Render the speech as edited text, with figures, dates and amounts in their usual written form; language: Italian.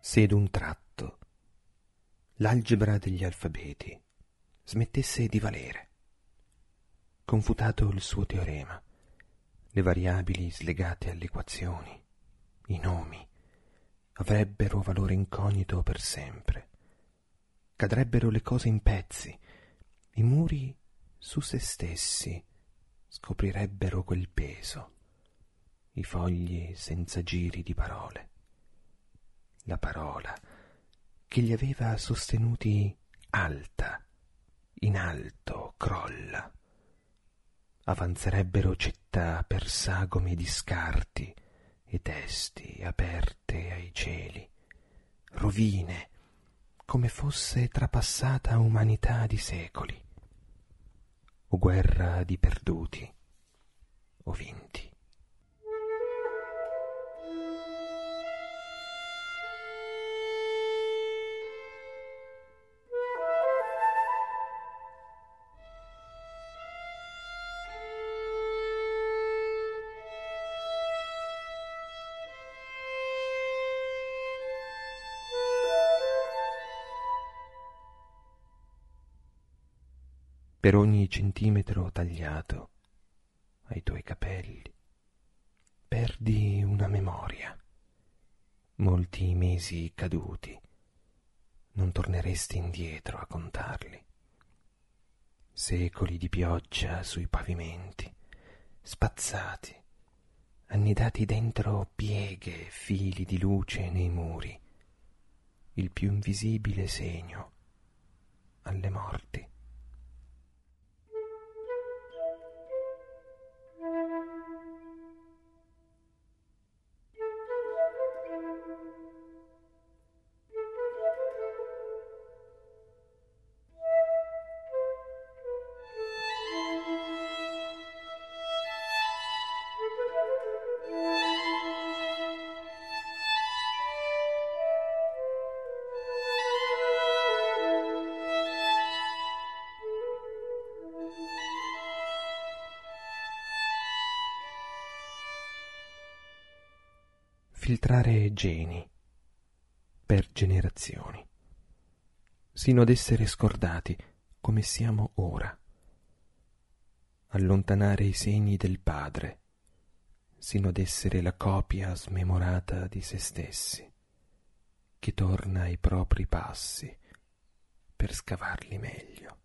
se d'un tratto l'algebra degli alfabeti smettesse di valere, confutato il suo teorema, le variabili slegate alle equazioni, i nomi avrebbero valore incognito per sempre, cadrebbero le cose in pezzi, i muri su se stessi scoprirebbero quel peso, i fogli senza giri di parole, la parola che li aveva sostenuti alta, in alto crolla. Avanzerebbero città per sagome di scarti e testi aperte ai cieli, rovine come fosse trapassata umanità di secoli, o guerra di perduti o vinti. Per ogni centimetro tagliato ai tuoi capelli perdi una memoria, molti mesi caduti, non torneresti indietro a contarli. Secoli di pioggia sui pavimenti, spazzati, annidati dentro pieghe e fili di luce nei muri, il più invisibile segno alle morti. Filtrare geni per generazioni, sino ad essere scordati come siamo ora, allontanare i segni del padre, sino ad essere la copia smemorata di se stessi, che torna ai propri passi per scavarli meglio.